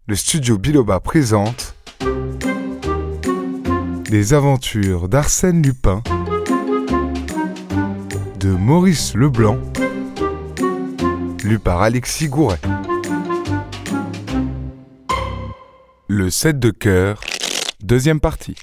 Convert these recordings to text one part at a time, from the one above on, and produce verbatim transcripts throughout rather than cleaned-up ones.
le studio Biloba présente Les aventures d'Arsène Lupin de Maurice Leblanc, lu par Alexis Gouret. Le sept de cœur, deuxième partie.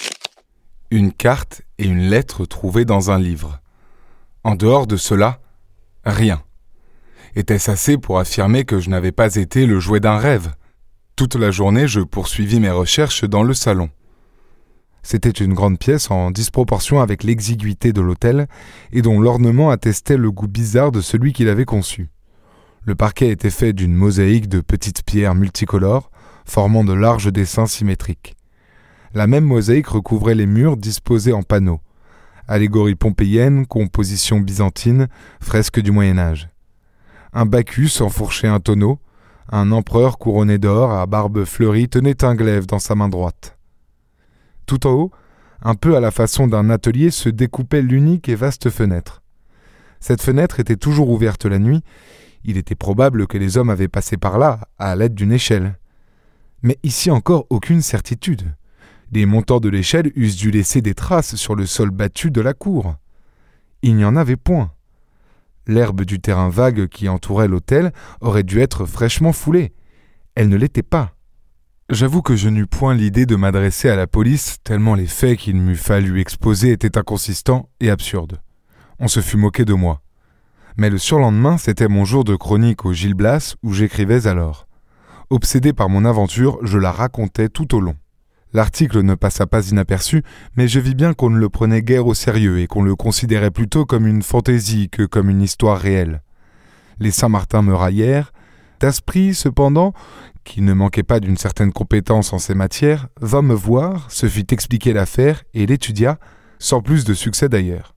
Une carte et une lettre trouvées dans un livre. En dehors de cela, rien. Était-ce assez pour affirmer que je n'avais pas été le jouet d'un rêve ? Toute la journée, je poursuivis mes recherches dans le salon. C'était une grande pièce en disproportion avec l'exiguïté de l'hôtel et dont l'ornement attestait le goût bizarre de celui qui l'avait conçu. Le parquet était fait d'une mosaïque de petites pierres multicolores, formant de larges dessins symétriques. La même mosaïque recouvrait les murs disposés en panneaux. Allégorie pompéienne, composition byzantine, fresque du Moyen-Âge. Un Bacchus enfourchait un tonneau, un empereur couronné d'or à barbe fleurie tenait un glaive dans sa main droite. Tout en haut, un peu à la façon d'un atelier, se découpait l'unique et vaste fenêtre. Cette fenêtre était toujours ouverte la nuit. Il était probable que les hommes avaient passé par là, à l'aide d'une échelle. Mais ici encore aucune certitude. Les montants de l'échelle eussent dû laisser des traces sur le sol battu de la cour. Il n'y en avait point. L'herbe du terrain vague qui entourait l'hôtel aurait dû être fraîchement foulée. Elle ne l'était pas. J'avoue que je n'eus point l'idée de m'adresser à la police, tellement les faits qu'il m'eût fallu exposer étaient inconsistants et absurdes. On se fut moqué de moi. Mais le surlendemain, c'était mon jour de chronique au Gil Blas, où j'écrivais alors. Obsédé par mon aventure, je la racontais tout au long. L'article ne passa pas inaperçu, mais je vis bien qu'on ne le prenait guère au sérieux et qu'on le considérait plutôt comme une fantaisie que comme une histoire réelle. Les Saint-Martin me raillèrent. Daspry, cependant, qui ne manquait pas d'une certaine compétence en ces matières, vint me voir, se fit expliquer l'affaire et l'étudia, sans plus de succès d'ailleurs.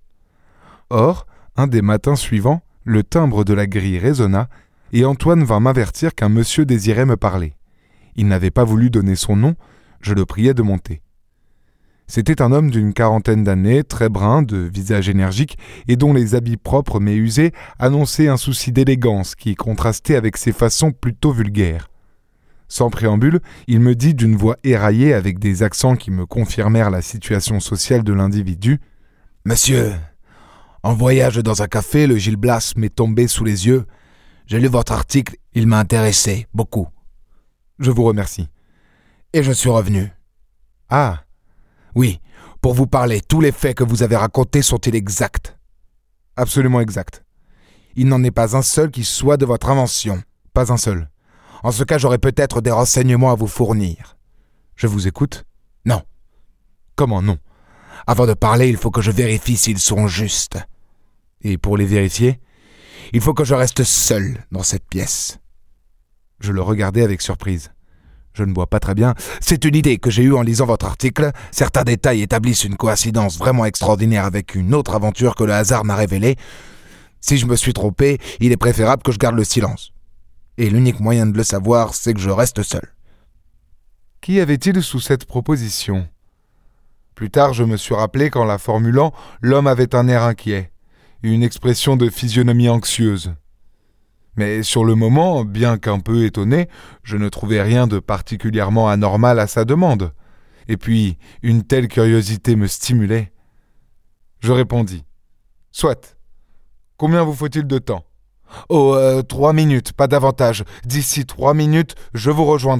Or, un des matins suivants, le timbre de la grille résonna et Antoine vint m'avertir qu'un monsieur désirait me parler. Il n'avait pas voulu donner son nom. Je le priai de monter. C'était un homme d'une quarantaine d'années, très brun, de visage énergique, et dont les habits propres mais usés annonçaient un souci d'élégance qui contrastait avec ses façons plutôt vulgaires. Sans préambule, il me dit d'une voix éraillée avec des accents qui me confirmèrent la situation sociale de l'individu. « Monsieur, en voyage dans un café, le Gil Blas m'est tombé sous les yeux. J'ai lu votre article, il m'a intéressé, beaucoup. »« Je vous remercie. » Et je suis revenu. « Ah !»« Oui, pour vous parler, tous les faits que vous avez racontés sont-ils exacts ?»« Absolument exacts. »« Il n'en est pas un seul qui soit de votre invention. »« Pas un seul. »« En ce cas, j'aurais peut-être des renseignements à vous fournir. »« Je vous écoute. »« Non. »« Comment non ? Avant de parler, il faut que je vérifie s'ils sont justes. »« Et pour les vérifier, il faut que je reste seul dans cette pièce. » Je le regardais avec surprise. Je ne vois pas très bien. C'est une idée que j'ai eue en lisant votre article. Certains détails établissent une coïncidence vraiment extraordinaire avec une autre aventure que le hasard m'a révélée. Si je me suis trompé, il est préférable que je garde le silence. Et l'unique moyen de le savoir, c'est que je reste seul. Qu'y avait-il sous cette proposition ? Plus tard, je me suis rappelé qu'en la formulant, l'homme avait un air inquiet, une expression de physionomie anxieuse. Mais sur le moment, bien qu'un peu étonné, je ne trouvais rien de particulièrement anormal à sa demande. Et puis, une telle curiosité me stimulait. Je répondis. « Soit. Combien vous faut-il de temps ? » ?»« Oh, euh, trois minutes, pas davantage. D'ici trois minutes, je vous rejoindrai. »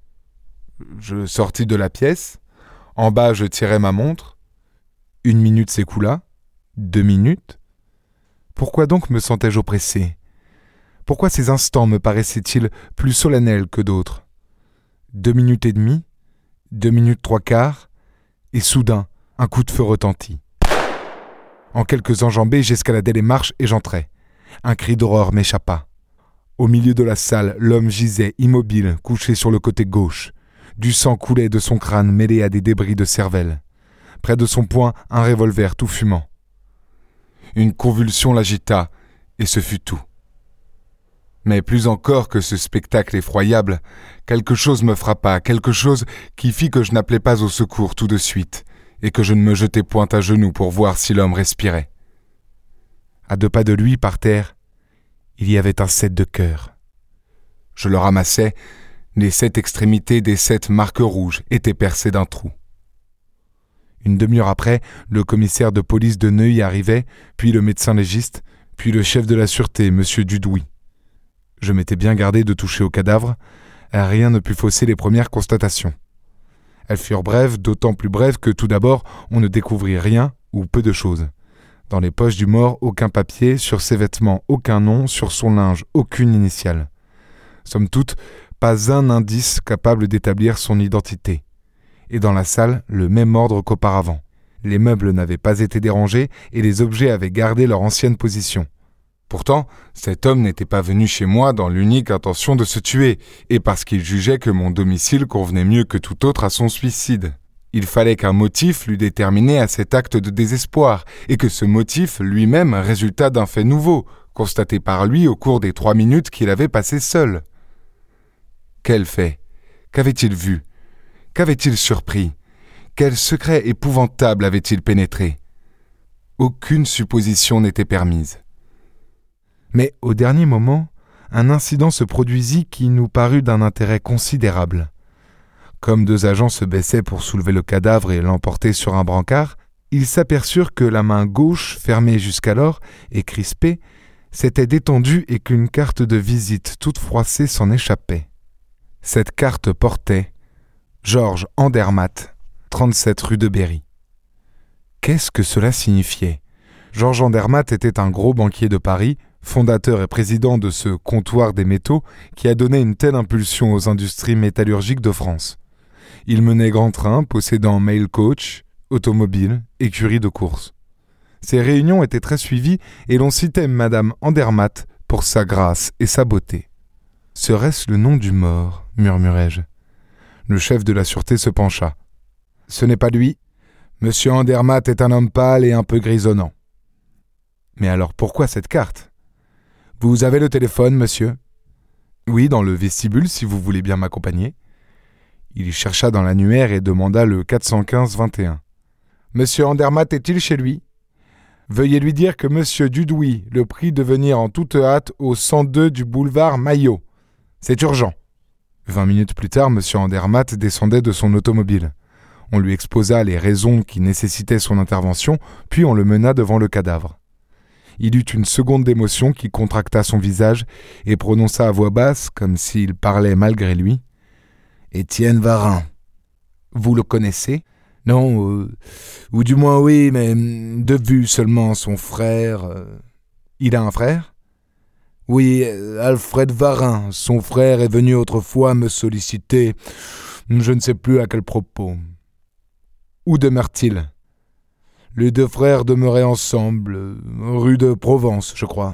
Je sortis de la pièce. En bas, je tirai ma montre. Une minute s'écoula. Deux minutes. Pourquoi donc me sentais-je oppressé ? Pourquoi ces instants me paraissaient-ils plus solennels que d'autres ? Deux minutes et demie, deux minutes trois quarts, et soudain, un coup de feu retentit. En quelques enjambées, j'escaladai les marches et j'entrai. Un cri d'horreur m'échappa. Au milieu de la salle, l'homme gisait immobile, couché sur le côté gauche. Du sang coulait de son crâne mêlé à des débris de cervelle. Près de son poing, un revolver tout fumant. Une convulsion l'agita, et ce fut tout. Mais plus encore que ce spectacle effroyable, quelque chose me frappa, quelque chose qui fit que je n'appelai pas au secours tout de suite, et que je ne me jetai point à genoux pour voir si l'homme respirait. À deux pas de lui, par terre, il y avait un sept de cœur. Je le ramassai, Les sept extrémités des sept marques rouges étaient percées d'un trou. Une demi-heure après, le commissaire de police de Neuilly arrivait, puis le médecin légiste, puis le chef de la sûreté, M. Dudouis. Je m'étais bien gardé de toucher au cadavre. Rien ne put fausser les premières constatations. Elles furent brèves, d'autant plus brèves que tout d'abord, on ne découvrit rien ou peu de choses. Dans les poches du mort, aucun papier, sur ses vêtements, aucun nom, sur son linge, aucune initiale. Somme toute, pas un indice capable d'établir son identité. Et dans la salle, le même ordre qu'auparavant. Les meubles n'avaient pas été dérangés et les objets avaient gardé leur ancienne position. Pourtant, cet homme n'était pas venu chez moi dans l'unique intention de se tuer, et parce qu'il jugeait que mon domicile convenait mieux que tout autre à son suicide. Il fallait qu'un motif l'eût déterminé à cet acte de désespoir, et que ce motif lui-même résultât d'un fait nouveau, constaté par lui au cours des trois minutes qu'il avait passées seul. Quel fait? Qu'avait-il vu? Qu'avait-il surpris? Quel secret épouvantable avait-il pénétré? Aucune supposition n'était permise. Mais au dernier moment, un incident se produisit qui nous parut d'un intérêt considérable. Comme deux agents se baissaient pour soulever le cadavre et l'emporter sur un brancard, ils s'aperçurent que la main gauche, fermée jusqu'alors et crispée, s'était détendue et qu'une carte de visite toute froissée s'en échappait. Cette carte portait Georges Andermatt, trente-sept rue de Berry. Qu'est-ce que cela signifiait? Georges Andermatt était un gros banquier de Paris, fondateur et président de ce comptoir des métaux qui a donné une telle impulsion aux industries métallurgiques de France. Il menait grand train, possédant mail coach, automobile, écurie de course. Ses réunions étaient très suivies et l'on citait Madame Andermatt pour sa grâce et sa beauté. « Serait-ce le nom du mort ?» murmurai-je. Le chef de la sûreté se pencha. « Ce n'est pas lui. Monsieur Andermatt est un homme pâle et un peu grisonnant. »« Mais alors pourquoi cette carte ? » ?»« Vous avez le téléphone, monsieur ? » ?»« Oui, dans le vestibule, si vous voulez bien m'accompagner. » Il chercha dans l'annuaire et demanda le quatre cent quinze vingt et un. « Monsieur Andermatt est-il chez lui ? Veuillez lui dire que monsieur Dudouis le prie de venir en toute hâte au cent deux du boulevard Maillot. C'est urgent. » Vingt minutes plus tard, monsieur Andermatt descendait de son automobile. On lui exposa les raisons qui nécessitaient son intervention, puis on le mena devant le cadavre. Il eut une seconde d'émotion qui contracta son visage et prononça à voix basse, comme s'il parlait malgré lui. « Étienne Varin. Vous le connaissez ? Non, euh, ou du moins oui, mais de vue seulement son frère. Euh... Il a un frère ? Oui, Alfred Varin, son frère, est venu autrefois me solliciter, je ne sais plus à quel propos. Où demeure-t-il ? Les deux frères demeuraient ensemble, rue de Provence, je crois.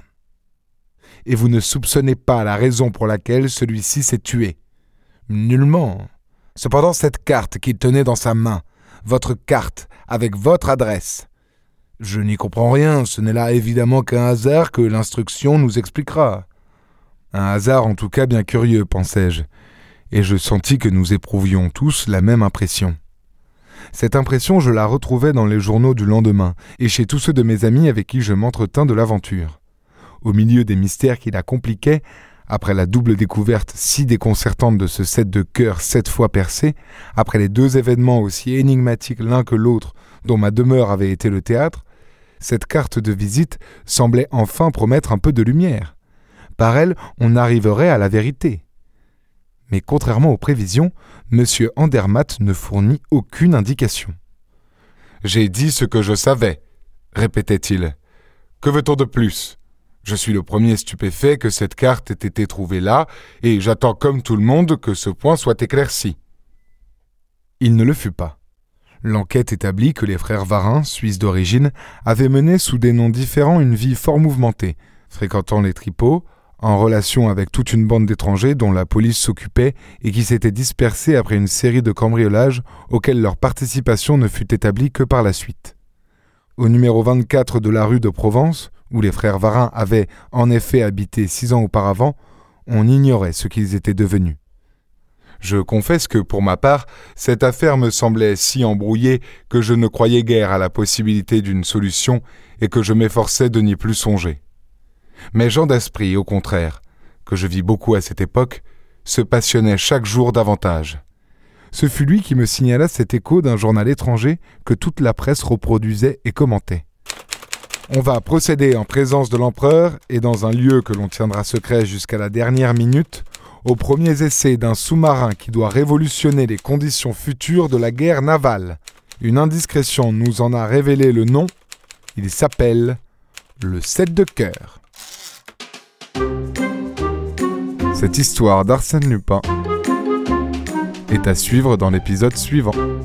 Et vous ne soupçonnez pas la raison pour laquelle celui-ci s'est tué ? Nullement. Cependant, cette carte qu'il tenait dans sa main, votre carte, avec votre adresse, je n'y comprends rien, ce n'est là évidemment qu'un hasard que l'instruction nous expliquera. Un hasard en tout cas bien curieux, pensai-je, et je sentis que nous éprouvions tous la même impression. Cette impression, je la retrouvais dans les journaux du lendemain, et chez tous ceux de mes amis avec qui je m'entretins de l'aventure. Au milieu des mystères qui la compliquaient, après la double découverte si déconcertante de ce sept de cœur sept fois percé, après les deux événements aussi énigmatiques l'un que l'autre dont ma demeure avait été le théâtre, cette carte de visite semblait enfin promettre un peu de lumière. Par elle, on arriverait à la vérité. Mais contrairement aux prévisions, M. Andermatt ne fournit aucune indication. « J'ai dit ce que je savais, » répétait-il. « Que veut-on de plus ? Je suis le premier stupéfait que cette carte ait été trouvée là, et j'attends comme tout le monde que ce point soit éclairci. » Il ne le fut pas. L'enquête établit que les frères Varin, Suisses d'origine, avaient mené sous des noms différents une vie fort mouvementée, fréquentant les tripots, en relation avec toute une bande d'étrangers dont la police s'occupait et qui s'était dispersée après une série de cambriolages auxquels leur participation ne fut établie que par la suite. Au numéro vingt-quatre de la rue de Provence, où les frères Varin avaient en effet habité six ans auparavant, on ignorait ce qu'ils étaient devenus. Je confesse que, pour ma part, cette affaire me semblait si embrouillée que je ne croyais guère à la possibilité d'une solution et que je m'efforçais de n'y plus songer. Mais Jean d'Esprit, au contraire, que je vis beaucoup à cette époque, se passionnait chaque jour davantage. Ce fut lui qui me signala cet écho d'un journal étranger que toute la presse reproduisait et commentait. On va procéder en présence de l'empereur et dans un lieu que l'on tiendra secret jusqu'à la dernière minute, aux premiers essais d'un sous-marin qui doit révolutionner les conditions futures de la guerre navale. Une indiscrétion nous en a révélé le nom. Il s'appelle le sept de cœur. Cette histoire d'Arsène Lupin est à suivre dans l'épisode suivant.